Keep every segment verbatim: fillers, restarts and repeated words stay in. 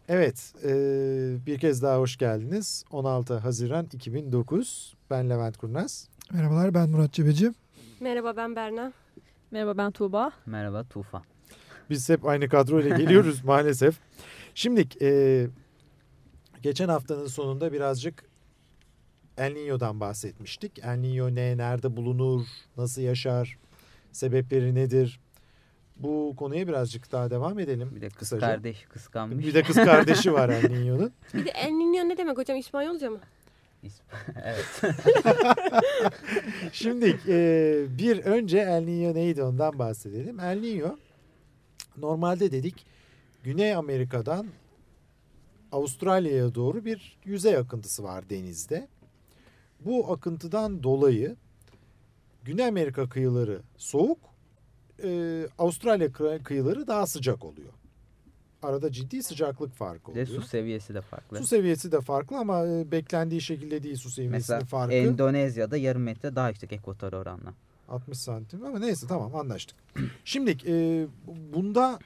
Evet, e, bir kez daha hoş geldiniz. on altı Haziran iki bin dokuz. Ben Levent Kurnaz. Merhabalar, ben Murat Cebeci. Merhaba, ben Berna. Merhaba, ben Tuğba. Merhaba, Tufan. Biz hep aynı kadroyla geliyoruz maalesef. Şimdi e, geçen haftanın sonunda birazcık El Niño'dan bahsetmiştik. El Niño ne, nerede bulunur, nasıl yaşar, sebepleri nedir? Bu konuya birazcık daha devam edelim. Bir de kız kısaca. kardeş kıskanmış. Bir de kız kardeşi var El Niño'nun. Bir de El Niño ne demek hocam? İspanyolca mı? Evet. Şimdi e, bir önce El Niño neydi ondan bahsedelim. El Niño normalde dedik Güney Amerika'dan Avustralya'ya doğru bir yüzey akıntısı var denizde. Bu akıntıdan dolayı Güney Amerika kıyıları soğuk, e, Avustralya kıyıları daha sıcak oluyor. Arada ciddi sıcaklık farkı oluyor. Ve su seviyesi de farklı. Su seviyesi de farklı ama e, beklendiği şekilde değil su seviyesinin Mesela farkı. Endonezya'da yarım metre daha yüksek ekvatora oranla. altmış santim ama neyse tamam anlaştık. Şimdi e, bunda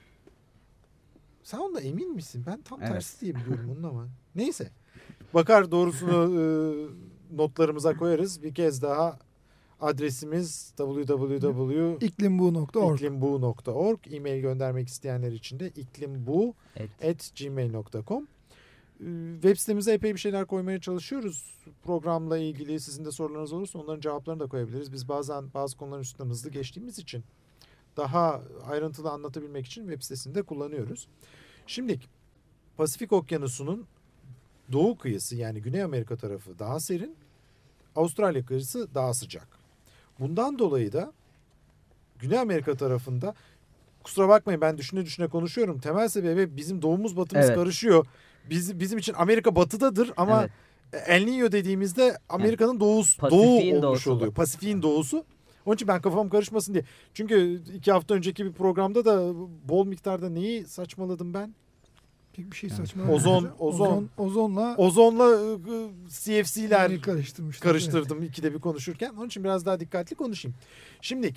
sen onda emin misin? Ben tam Evet. tersi diye biliyorum bunun ama. Neyse. Bakar doğrusunu e, notlarımıza koyarız. Bir kez daha adresimiz double-u double-u double-u nokta iklimbu nokta org. iklimbu nokta org. E-mail göndermek isteyenler için de iklimbu at gmail nokta com. Web sitemize epey bir şeyler koymaya çalışıyoruz. Programla ilgili sizin de sorularınız olursa onların cevaplarını da koyabiliriz. Biz bazen bazı konuların üstünden hızlı geçtiğimiz için daha ayrıntılı anlatabilmek için web sitesini de kullanıyoruz. Şimdi Pasifik Okyanusu'nun doğu kıyısı yani Güney Amerika tarafı daha serin, Avustralya kıyısı daha sıcak. Bundan dolayı da Güney Amerika tarafında kusura bakmayın ben düşüne düşüne konuşuyorum. Temel sebebi bizim doğumuz batımız Evet. karışıyor. Biz, bizim için Amerika batıdadır ama Evet. El Niño dediğimizde Amerika'nın doğusu, Pasifik'in doğu olmuş doğusu oluyor. bu. Pasifik'in doğusu. Onun için ben kafam karışmasın diye. Çünkü iki hafta önceki bir programda da bol miktarda neyi saçmaladım ben? Pek bir şey Evet. saçma. Ozon, ozon. Ozonla Ozonla C F C'ler yani karıştırmışlar. karıştırdım ikide bir konuşurken. Onun için biraz daha dikkatli konuşayım. Şimdi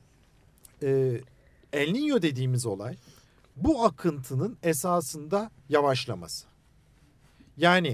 e, El Niño dediğimiz olay bu akıntının esasında yavaşlaması. Yani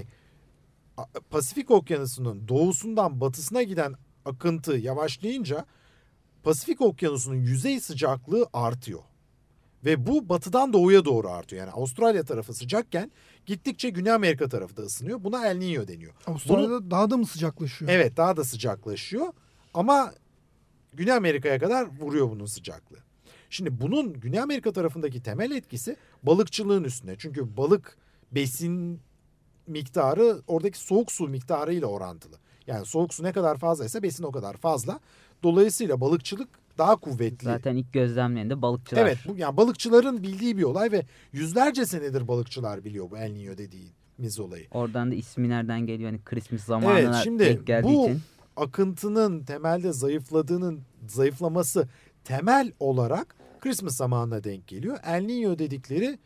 Pasifik Okyanusu'nun doğusundan batısına giden akıntı yavaşlayınca Pasifik Okyanusu'nun yüzey sıcaklığı artıyor. Ve bu batıdan doğuya doğru artıyor. Yani Avustralya tarafı sıcakken gittikçe Güney Amerika tarafı da ısınıyor. Buna El Niño deniyor. Avustralya'da Bunu, daha da mı sıcaklaşıyor? evet daha da sıcaklaşıyor. Ama Güney Amerika'ya kadar vuruyor bunun sıcaklığı. Şimdi bunun Güney Amerika tarafındaki temel etkisi balıkçılığın üstüne. Çünkü balık besin miktarı oradaki soğuk su miktarı ile orantılı. Yani soğuk su ne kadar fazlaysa besin o kadar fazla. Dolayısıyla balıkçılık daha kuvvetli. Zaten ilk gözlemlerinde balıkçılar. Evet, bu yani balıkçıların bildiği bir olay ve yüzlerce senedir balıkçılar biliyor bu El Niño dediğimiz olayı. Oradan da ismi nereden geliyor? Hani Christmas zamanına Evet, şimdi denk geldiği bu için. akıntının temelde zayıfladığının zayıflaması temel olarak Christmas zamanına denk geliyor. El Niño dedikleri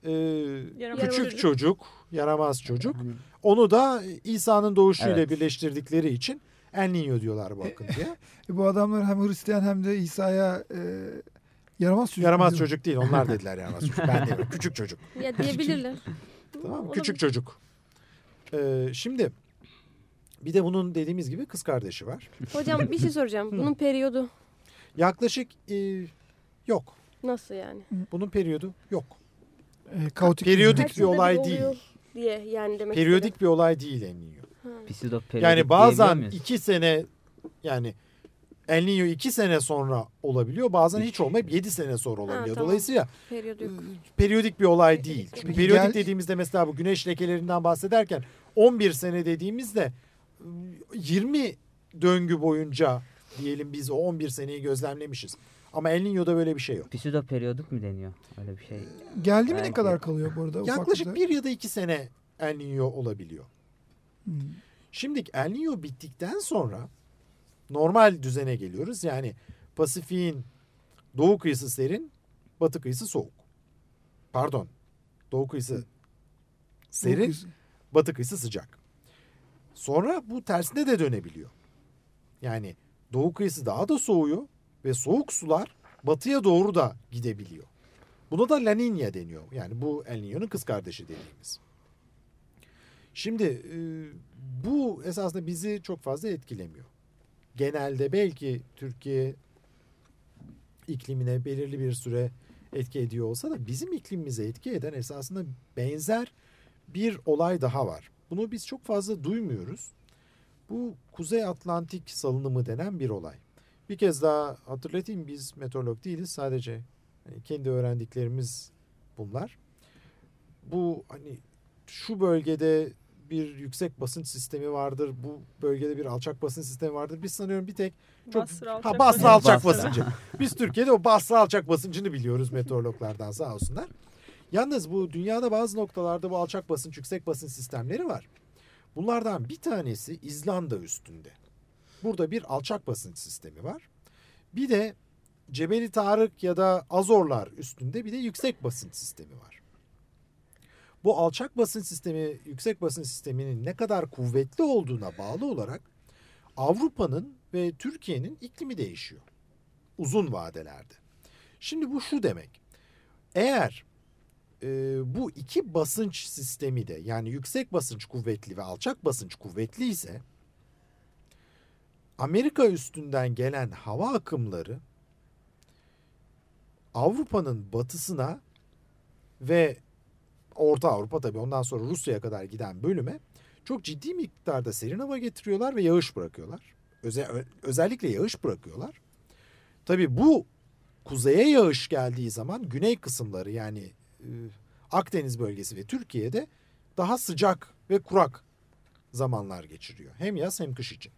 e, küçük çocuk. çocuk, yaramaz çocuk. Hani Onu da İsa'nın doğuşuyla Evet. birleştirdikleri için El Niño diyorlar bu akıntıya. E, bu adamlar hem Hristiyan hem de İsa'ya e, yaramaz çocuk. Yaramaz diyor. çocuk değil, onlar dediler yaramaz çocuk. Ben demiyorum, küçük çocuk. Ya diyebilirler. Tamam mı? Olabilir. Küçük çocuk. Ee, şimdi bir de bunun dediğimiz gibi kız kardeşi var. Hocam bir şey soracağım. Bunun periyodu Yaklaşık e, yok. nasıl yani? Bunun periyodu yok. E, kaotik. Periyodik demek. bir Kaç yılda olay oluyor değil. diye yani demek Periyodik bir olay değil El Niño. pseudo-periyodik Yani bazen diyebiliyor muyuz? iki sene yani El Niño iki sene sonra olabiliyor. Bazen hiç olmayıp yedi sene sonra olabiliyor. tamam. Dolayısıyla Periyodu yok. periyodik bir olay değil. Çünkü Peki periyodik gel- dediğimizde mesela bu güneş lekelerinden bahsederken on bir sene dediğimizde yirmi döngü boyunca diyelim biz o on bir seneyi gözlemlemişiz. Ama El Niño'da böyle bir şey yok. Pseudo-periyodik mi deniyor? Öyle bir şey. Geldi mi ne Belki. kadar kalıyor bu arada? Yaklaşık ufaklıkta? bir ya da iki sene El Niño olabiliyor. Hmm. Şimdi El Niño bittikten sonra normal düzene geliyoruz. Yani Pasifik'in doğu kıyısı serin, batı kıyısı soğuk. Pardon. Doğu kıyısı serin, Dokuz. batı kıyısı sıcak. Sonra bu tersine de dönebiliyor. Yani doğu kıyısı daha da soğuyor ve soğuk sular batıya doğru da gidebiliyor. Buna da La Niña deniyor. Yani bu El Niño'nun kız kardeşi dediğimiz. Şimdi e, bu esasında bizi çok fazla etkilemiyor. Genelde belki Türkiye iklimine belirli bir süre etki ediyor olsa da bizim iklimimize etki eden esasında benzer bir olay daha var. Bunu biz çok fazla duymuyoruz. Bu Kuzey Atlantik salınımı denen bir olay. Bir kez daha hatırlatayım, biz meteorolog değiliz. Sadece hani kendi öğrendiklerimiz bunlar. Bu hani şu bölgede bir yüksek basınç sistemi vardır. Bu bölgede bir alçak basınç sistemi vardır. Biz sanıyorum bir tek çok Basra alçak ha Basra basınç. alçak Basra. basıncı. Biz Türkiye'de o Basra alçak basıncını biliyoruz meteorologlardan, sağ olsunlar. Yalnız bu dünyada bazı noktalarda bu alçak basınç, yüksek basınç sistemleri var. Bunlardan bir tanesi İzlanda üstünde. Burada bir alçak basınç sistemi var. Bir de Cebeli Tarık ya da Azorlar üstünde bir de yüksek basınç sistemi var. Bu alçak basınç sistemi, yüksek basınç sisteminin ne kadar kuvvetli olduğuna bağlı olarak Avrupa'nın ve Türkiye'nin iklimi değişiyor. Uzun vadelerde. Şimdi bu şu demek. Eğer e, bu iki basınç sistemi de, yani yüksek basınç kuvvetli ve alçak basınç kuvvetli ise Amerika üstünden gelen hava akımları Avrupa'nın batısına ve Orta Avrupa, tabii ondan sonra Rusya'ya kadar giden bölüme çok ciddi miktarda serin hava getiriyorlar ve yağış bırakıyorlar. Özel, özellikle yağış bırakıyorlar. Tabii bu kuzeye yağış geldiği zaman güney kısımları, yani e, Akdeniz bölgesi ve Türkiye'de daha sıcak ve kurak zamanlar geçiriyor. Hem yaz hem kış için.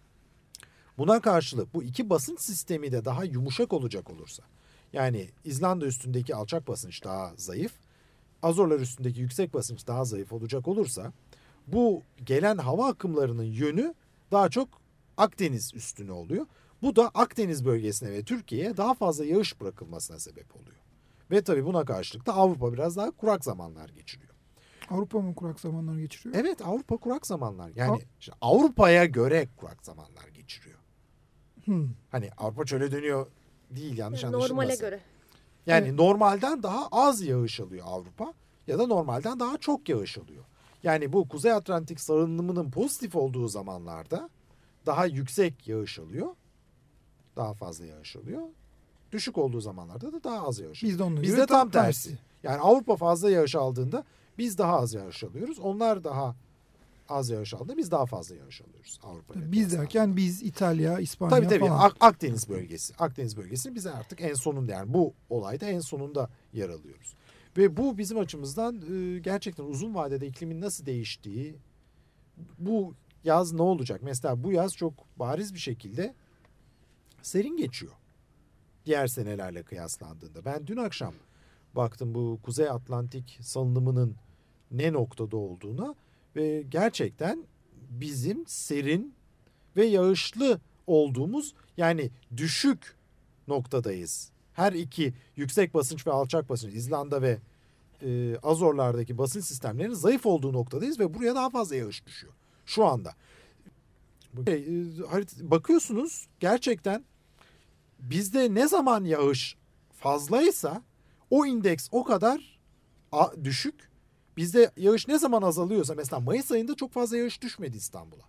Buna karşılık bu iki basınç sistemi de daha yumuşak olacak olursa, yani İzlanda üstündeki alçak basınç daha zayıf, Azorlar üstündeki yüksek basınç daha zayıf olacak olursa, bu gelen hava akımlarının yönü daha çok Akdeniz üstüne oluyor. Bu da Akdeniz bölgesine ve Türkiye'ye daha fazla yağış bırakılmasına sebep oluyor. Ve tabii buna karşılık da Avrupa biraz daha kurak zamanlar geçiriyor. Avrupa mı kurak zamanlar geçiriyor? Evet, Avrupa kurak zamanlar. Yani işte Avrupa'ya göre kurak zamanlar geçiriyor. Hmm. Hani Avrupa çöle dönüyor değil, yanlış Yani anlaşılmasın. normale göre. Yani Evet. normalden daha az yağış alıyor Avrupa ya da normalden daha çok yağış alıyor. Yani bu Kuzey Atlantik salınımının pozitif olduğu zamanlarda daha yüksek yağış alıyor. Daha fazla yağış alıyor. Düşük olduğu zamanlarda da daha az yağış alıyor. Bizde onunla Bizde göre tam tersi. Yani Avrupa fazla yağış aldığında biz daha az yağış alıyoruz. Onlar daha az yağış aldığında biz daha fazla yağış alıyoruz Avrupa'ya. Biz derken biz İtalya, İspanya Tabii tabii falan. Ak- Akdeniz bölgesi. Akdeniz bölgesi bize artık en sonunda, yani bu olayda en sonunda yer alıyoruz. Ve bu bizim açımızdan e, gerçekten uzun vadede iklimin nasıl değiştiği, bu yaz ne olacak? Mesela bu yaz çok bariz bir şekilde serin geçiyor diğer senelerle kıyaslandığında. Ben dün akşam baktım bu Kuzey Atlantik salınımının ne noktada olduğuna ve gerçekten bizim serin ve yağışlı olduğumuz, yani düşük noktadayız. Her iki yüksek basınç ve alçak basınç, İzlanda ve e, Azorlardaki basınç sistemlerinin zayıf olduğu noktadayız ve buraya daha fazla yağış düşüyor şu anda. E, bakıyorsunuz gerçekten bizde ne zaman yağış fazlaysa o indeks o kadar düşük. Bizde yağış ne zaman azalıyorsa, mesela Mayıs ayında çok fazla yağış düşmedi İstanbul'a.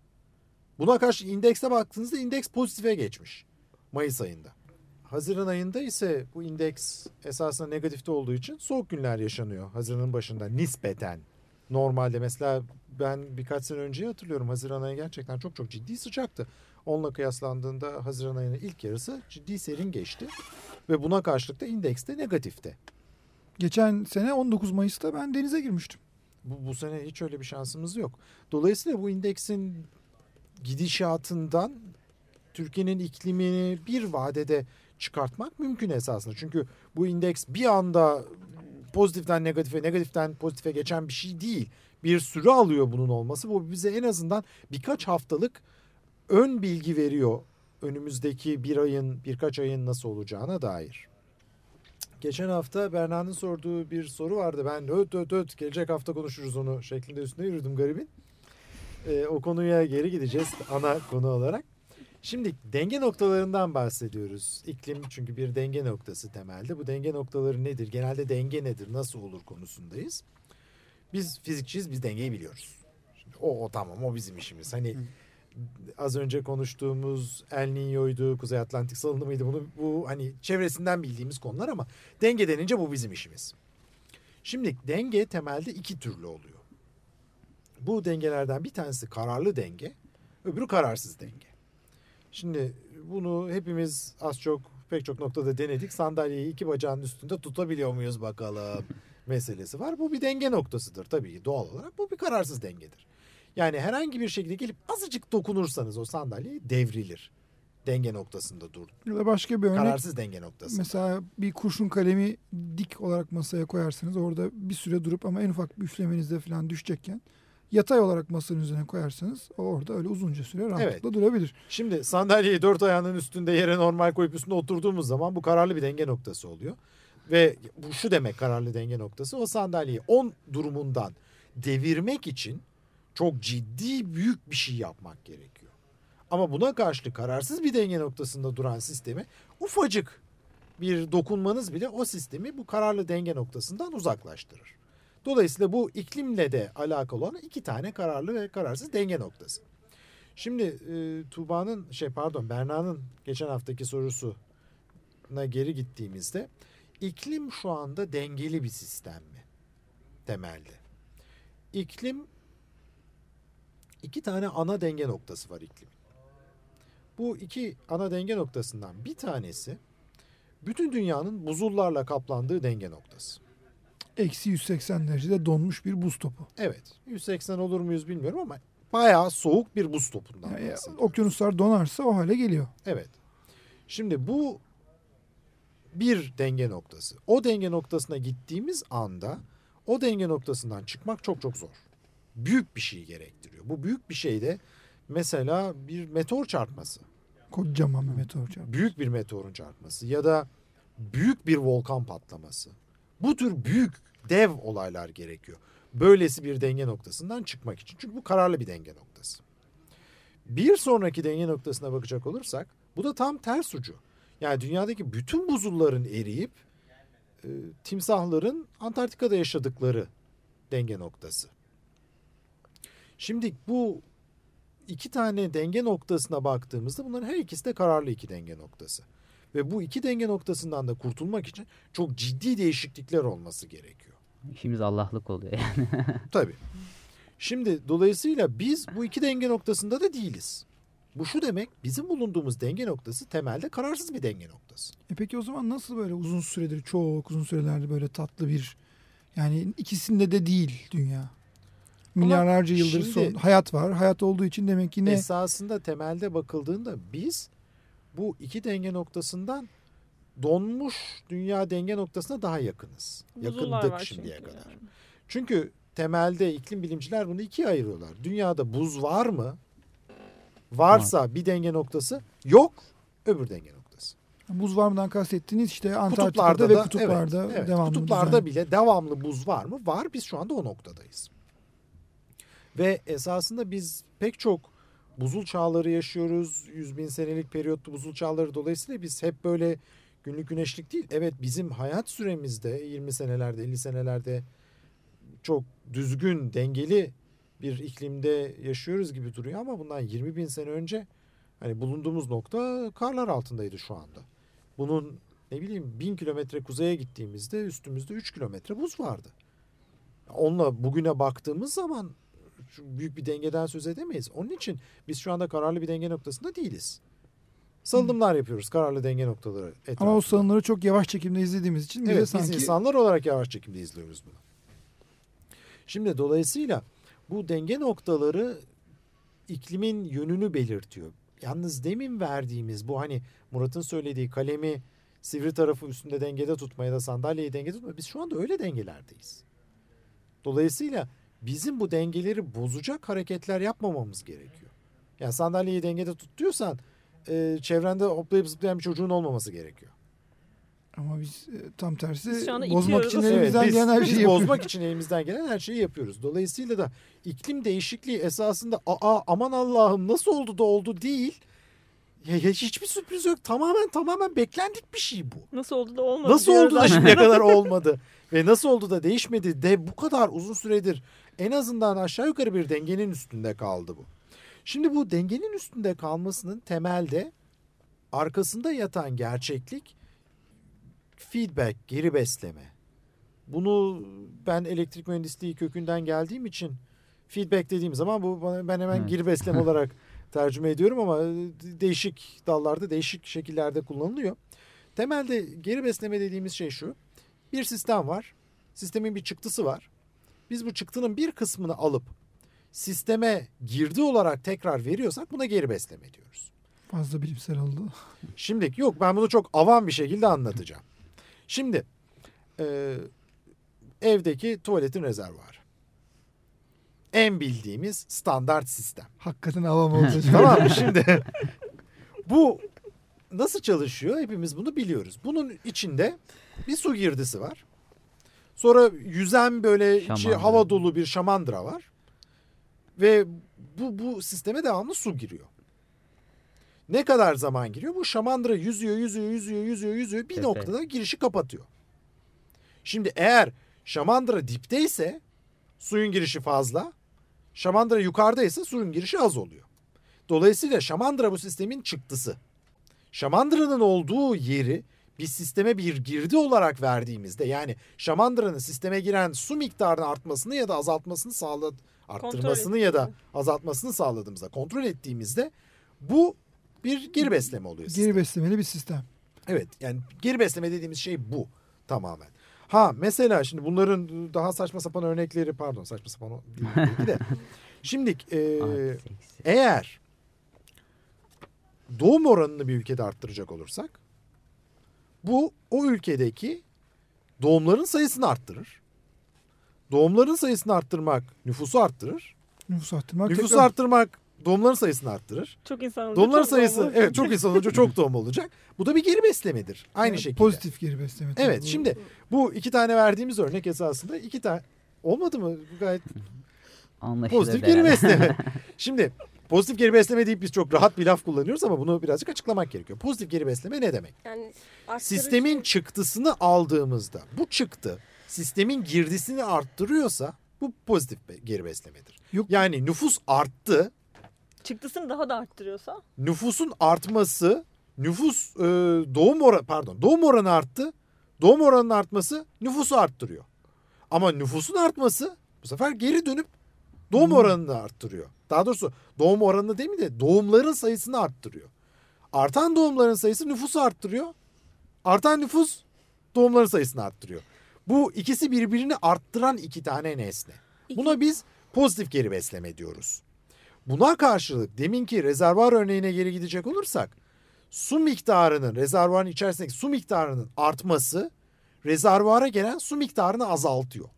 Buna karşı indekse baktığınızda indeks pozitife geçmiş Mayıs ayında. Haziran ayında ise bu indeks esasında negatifte olduğu için soğuk günler yaşanıyor Haziran'ın başında nispeten. Normalde mesela ben birkaç sene önceyi hatırlıyorum, Haziran ayı gerçekten çok çok ciddi sıcaktı. Onunla kıyaslandığında Haziran ayının ilk yarısı ciddi serin geçti ve buna karşılık da indeks de negatifte. Geçen sene on dokuz Mayıs'ta ben denize girmiştim. Bu, bu sene hiç öyle bir şansımız yok. Dolayısıyla bu indeksin gidişatından Türkiye'nin iklimini bir vadede çıkartmak mümkün esasında. Çünkü bu indeks bir anda pozitiften negatife, negatiften pozitife geçen bir şey değil. Bir süre alıyor bunun olması. Bu bize en azından birkaç haftalık ön bilgi veriyor önümüzdeki bir ayın, birkaç ayın nasıl olacağına dair. Geçen hafta Berna'nın sorduğu bir soru vardı. Ben öt öt öt gelecek hafta konuşuruz onu şeklinde üstüne yürüdüm garibin. Ee, o konuya geri gideceğiz ana konu olarak. Şimdi denge noktalarından bahsediyoruz. İklim çünkü bir denge noktası temelde. Bu denge noktaları nedir? Genelde denge nedir? Nasıl olur konusundayız. Biz fizikçiyiz, biz dengeyi biliyoruz. Şimdi o, o tamam, o bizim işimiz. Hani Hı. az önce konuştuğumuz El Niño'ydu, Kuzey Atlantik salınımıydı. Bunu, bu hani çevresinden bildiğimiz konular ama denge denince bu bizim işimiz. Şimdi denge temelde iki türlü oluyor. Bu dengelerden bir tanesi kararlı denge, öbürü kararsız denge. Şimdi bunu hepimiz az çok pek çok noktada denedik. Sandalyeyi iki bacağın üstünde tutabiliyor muyuz bakalım meselesi var. Bu bir denge noktasıdır tabii ki doğal olarak. Bu bir kararsız dengedir. Yani herhangi bir şekilde gelip azıcık dokunursanız o sandalye devrilir. Denge noktasında dur. Ya da başka bir örnek. Kararsız denge noktası. Mesela bir kurşun kalemi dik olarak masaya koyarsanız orada bir süre durup ama en ufak bir üflemenizde falan düşecekken yatay olarak masanın üzerine koyarsanız o orada öyle uzunca süre rahatlıkla Evet. durabilir. Şimdi sandalyeyi dört ayağının üstünde yere normal koyup üstünde oturduğumuz zaman bu kararlı bir denge noktası oluyor. Ve bu şu demek kararlı denge noktası, o sandalyeyi on durumundan devirmek için çok ciddi büyük bir şey yapmak gerekiyor. Ama buna karşılık kararsız bir denge noktasında duran sistemi ufacık bir dokunmanız bile o sistemi bu kararlı denge noktasından uzaklaştırır. Dolayısıyla bu iklimle de alakalı olan iki tane kararlı ve kararsız denge noktası. Şimdi e, Tuğba'nın şey pardon Berna'nın geçen haftaki sorusuna geri gittiğimizde iklim şu anda dengeli bir sistem mi? Temelde. İklim iki tane ana denge noktası var iklimin. Bu iki ana denge noktasından bir tanesi bütün dünyanın buzullarla kaplandığı denge noktası. Eksi yüz seksen derecede donmuş bir buz topu. Evet. yüz seksen olur muyuz bilmiyorum ama bayağı soğuk bir buz topundan Yani bahsediyoruz. okyanuslar donarsa o hale geliyor. Evet. Şimdi bu bir denge noktası. O denge noktasına gittiğimiz anda o denge noktasından çıkmak çok çok zor. Büyük bir şey gerektiriyor. Bu büyük bir şey de mesela bir meteor çarpması. Kocaman bir meteor çarpması. Büyük bir meteorun çarpması ya da büyük bir volkan patlaması. Bu tür büyük dev olaylar gerekiyor. Böylesi bir denge noktasından çıkmak için. Çünkü bu kararlı bir denge noktası. Bir sonraki denge noktasına bakacak olursak bu da tam ters ucu. Yani dünyadaki bütün buzulların eriyip e, timsahların Antarktika'da yaşadıkları denge noktası. Şimdi bu iki tane denge noktasına baktığımızda bunların her ikisi de kararlı iki denge noktası. Ve bu iki denge noktasından da kurtulmak için çok ciddi değişiklikler olması gerekiyor. İşimiz Allah'lık oluyor yani. Tabii. Şimdi dolayısıyla biz bu iki denge noktasında da değiliz. Bu şu demek, bizim bulunduğumuz denge noktası temelde kararsız bir denge noktası. E peki o zaman nasıl böyle uzun süredir, çok uzun sürelerde böyle tatlı bir, yani ikisinde de değil dünya. Milyarlarca yıldır şimdi, son, hayat var. Hayat olduğu için demek ki ne? Esasında temelde bakıldığında biz bu iki denge noktasından donmuş dünya denge noktasına daha yakınız. Buzullar Yakındık var şimdiye çünkü kadar. yani. Çünkü temelde iklim bilimciler bunu ikiye ayırıyorlar. Dünyada buz var mı? Varsa var. Bir denge noktası, yok öbür denge noktası. Buz var mıdan kastettiğiniz işte Antarktika'da kutuplarda ve da, kutuplarda evet, evet, devamlı kutuplarda düzen. bile devamlı buz var mı? Var. Biz şu anda o noktadayız. Ve esasında biz pek çok buzul çağları yaşıyoruz. Yüz bin senelik periyotlu buzul çağları, dolayısıyla biz hep böyle günlük güneşlik değil. Evet, bizim hayat süremizde yirmi senelerde, elli senelerde çok düzgün, dengeli bir iklimde yaşıyoruz gibi duruyor ama bundan yirmi bin sene önce hani bulunduğumuz nokta karlar altındaydı şu anda. Bunun ne bileyim bin kilometre kuzeye gittiğimizde üstümüzde üç kilometre buz vardı. Onunla bugüne baktığımız zaman büyük bir dengeden söz edemeyiz. Onun için biz şu anda kararlı bir denge noktasında değiliz. Salınımlar yapıyoruz kararlı denge noktaları etrafında. Ama o salınımları çok yavaş çekimde izlediğimiz için bize evet, sanki... biz insanlar olarak yavaş çekimde izliyoruz bunu. Şimdi dolayısıyla bu denge noktaları iklimin yönünü belirtiyor. Yalnız demin verdiğimiz bu hani Murat'ın söylediği kalemi sivri tarafı üstünde dengede tutma ya da sandalyeyi dengede tutma, biz şu anda öyle dengelerdeyiz. Dolayısıyla bizim bu dengeleri bozacak hareketler yapmamamız gerekiyor. Yani sandalyeyi dengede tut diyorsan e, çevrende hoplayıp zıplayan bir çocuğun olmaması gerekiyor. Ama biz e, tam tersi bozmak itiyoruz. için Evet, elimizden biz, gelen her biz şeyi yapıyoruz. bozmak için elimizden gelen her şeyi yapıyoruz. Dolayısıyla da iklim değişikliği esasında aa aman Allah'ım nasıl oldu da oldu değil. Ya, ya hiçbir sürpriz yok. Tamamen tamamen beklendik bir şey bu. Nasıl oldu da olmadı. Nasıl oldu da şimdiye kadar olmadı ve nasıl oldu da değişmedi de bu kadar uzun süredir en azından aşağı yukarı bir dengenin üstünde kaldı bu. Şimdi bu dengenin üstünde kalmasının temelde arkasında yatan gerçeklik feedback, geri besleme. Bunu ben elektrik mühendisliği kökünden geldiğim için feedback dediğim zaman bu ben hemen Evet. geri besleme olarak tercüme ediyorum ama değişik dallarda, değişik şekillerde kullanılıyor. Temelde geri besleme dediğimiz şey şu. Bir sistem var. Sistemin bir çıktısı var. Biz bu çıktının bir kısmını alıp sisteme girdi olarak tekrar veriyorsak buna geri besleme diyoruz. Fazla bilimsel oldu. Şimdi yok ben bunu çok avam bir şekilde anlatacağım. Şimdi e, evdeki tuvaletin rezervuarı. En bildiğimiz standart sistem. Hakikaten avam oldu. Tamam mı? Şimdi bu nasıl çalışıyor? Hepimiz bunu biliyoruz. Bunun içinde bir su girdisi var. Sonra yüzen böyle içi Şamandıra. hava dolu bir şamandıra var. Ve bu, bu sisteme devamlı su giriyor. Ne kadar zaman giriyor? Bu şamandıra yüzüyor, yüzüyor, yüzüyor, yüzüyor, yüzüyor. Bir Tepe. noktada girişi kapatıyor. Şimdi eğer şamandıra dipteyse suyun girişi fazla. Şamandıra yukarıdaysa suyun girişi az oluyor. Dolayısıyla şamandıra bu sistemin çıktısı. Şamandıranın olduğu yeri biz sisteme bir girdi olarak verdiğimizde yani şamandıranın sisteme giren su miktarının artmasını ya da azaltmasını sağla, arttırmasını ya da azaltmasını sağladığımızda, kontrol ettiğimizde bu bir geri besleme oluyor. Sistem. Geri beslemeli bir sistem. Evet yani geri besleme dediğimiz şey bu tamamen. Ha mesela şimdi bunların daha saçma sapan örnekleri pardon saçma sapan değil belki de. Şimdi e, Artı, eksi. eğer doğum oranını bir ülkede arttıracak olursak bu o ülkedeki doğumların sayısını arttırır. Doğumların sayısını arttırmak nüfusu arttırır. Nüfus arttırmak. Nüfusu tekrar- arttırmak doğumların sayısını arttırır. Çok insan olunca Doğumların çok sayısı doğum olur. evet çok insan olunca çok doğum olacak. Bu da bir geri beslemedir. Aynı Yani şekilde. Pozitif geri besleme. tabii Evet bu. şimdi bu iki tane verdiğimiz örnek esasında iki tane olmadı mı? Bu gayet Anlaşılır pozitif geri herhalde. besleme. Şimdi pozitif geri besleme deyip biz çok rahat bir laf kullanıyoruz ama bunu birazcık açıklamak gerekiyor. Pozitif geri besleme ne demek? Yani arttırıcı- Sistemin çıktısını aldığımızda bu çıktı sistemin girdisini arttırıyorsa bu pozitif be- geri beslemedir. Yok. Yani nüfus arttı. Çıktısını daha da arttırıyorsa. Nüfusun artması nüfus e, doğum oranı pardon doğum oranı arttı. Doğum oranının artması nüfusu arttırıyor. Ama nüfusun artması bu sefer geri dönüp doğum Hmm. oranını arttırıyor. Daha doğrusu doğum oranını değil mi de doğumların sayısını arttırıyor. Artan doğumların sayısı nüfusu arttırıyor. Artan nüfus doğumların sayısını arttırıyor. Bu ikisi birbirini arttıran iki tane nesne. İki- Buna biz pozitif geri besleme diyoruz. Buna karşılık deminki rezervuar örneğine geri gidecek olursak su miktarının rezervuarın içerisindeki su miktarının artması rezervuara gelen su miktarını azaltıyor.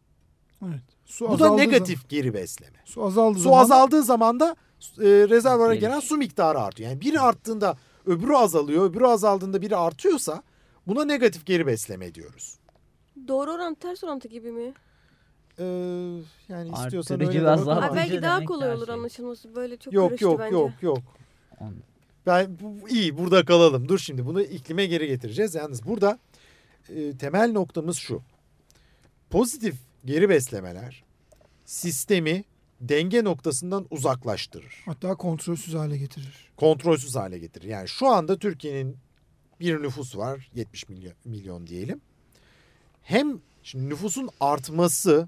Evet. Su Bu da azaldığı negatif zaman- geri besleme. su azaldığı Su zaman azaldığı zaman da e, rezervuara Geliş. gelen su miktarı artıyor. Yani biri arttığında öbürü azalıyor, öbürü azaldığında biri artıyorsa buna negatif geri besleme diyoruz. Doğru orantı ters orantı gibi mi? Ee, yani istiyorsan Arttırıcı öyle ve de bak ama- azaltıcı. Abi belki demek daha ki kolay her olur şey. anlaşılması. Böyle çok Yok karıştı yok bence. yok yok. On- Ben bu, iyi burada kalalım. Dur şimdi bunu iklime geri getireceğiz. Yalnız burada e, temel noktamız şu. Pozitif geri beslemeler sistemi denge noktasından uzaklaştırır. hatta kontrolsüz hale getirir. Kontrolsüz hale getirir. Yani şu anda Türkiye'nin bir nüfusu var. yetmiş milyon, milyon diyelim. Hem şimdi nüfusun artması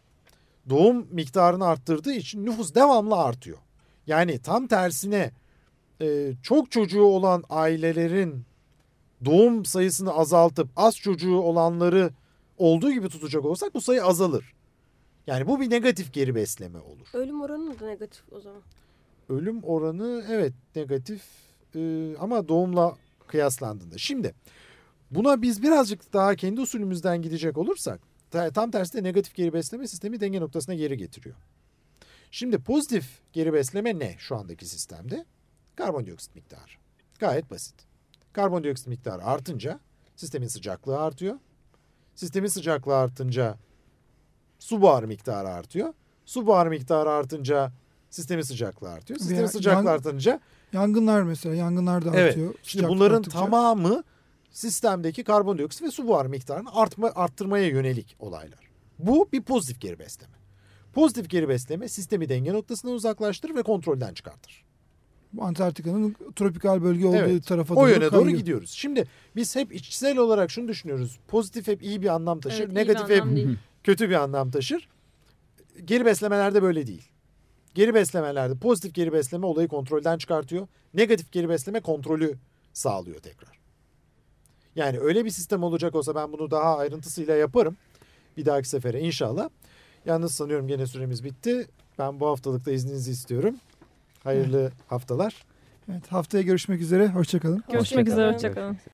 doğum miktarını arttırdığı için nüfus devamlı artıyor. Yani tam tersine e, çok çocuğu olan ailelerin doğum sayısını azaltıp az çocuğu olanları olduğu gibi tutacak olsak bu sayı azalır. Yani bu bir negatif geri besleme olur. Ölüm oranı da negatif o zaman. Ölüm oranı evet negatif e, ama doğumla kıyaslandığında. Şimdi buna biz birazcık daha kendi usulümüzden gidecek olursak ta- tam tersi de negatif geri besleme sistemi denge noktasına geri getiriyor. Şimdi pozitif geri besleme ne şu andaki sistemde? Karbondioksit miktarı. Gayet basit. Karbondioksit miktarı artınca sistemin sıcaklığı artıyor. Sistemin sıcaklığı artınca su buharı miktarı artıyor. Su buharı miktarı artınca sistemin sıcaklığı artıyor. Veya Sistemin sıcaklığı yan- artınca Yangınlar mesela yangınlar da Evet. artıyor. şimdi Sıcaklık bunların arttıkça. tamamı sistemdeki karbondioksit ve su buharı miktarını artma, arttırmaya yönelik olaylar. Bu bir pozitif geri besleme. Pozitif geri besleme sistemi denge noktasından uzaklaştırır ve kontrolden çıkartır. Bu Antarktika'nın tropikal bölge olduğu Evet, tarafa O doğru yöne doğru kayıyor. gidiyoruz. Şimdi biz hep içsel olarak şunu düşünüyoruz. Pozitif hep iyi bir anlam taşır. Evet, iyi bir negatif hep anlam değil. kötü bir anlam taşır. Geri beslemelerde böyle değil. Geri beslemelerde pozitif geri besleme olayı kontrolden çıkartıyor. Negatif geri besleme kontrolü sağlıyor tekrar. Yani öyle bir sistem olacak olsa ben bunu daha ayrıntısıyla yaparım. Bir dahaki sefere inşallah. Yalnız sanıyorum gene süremiz bitti. Ben bu haftalıkta izninizi istiyorum. Hayırlı haftalar. Evet, haftaya görüşmek üzere. Hoşçakalın. Görüşmek üzere. Hoşçakalın. Hoşçakalın.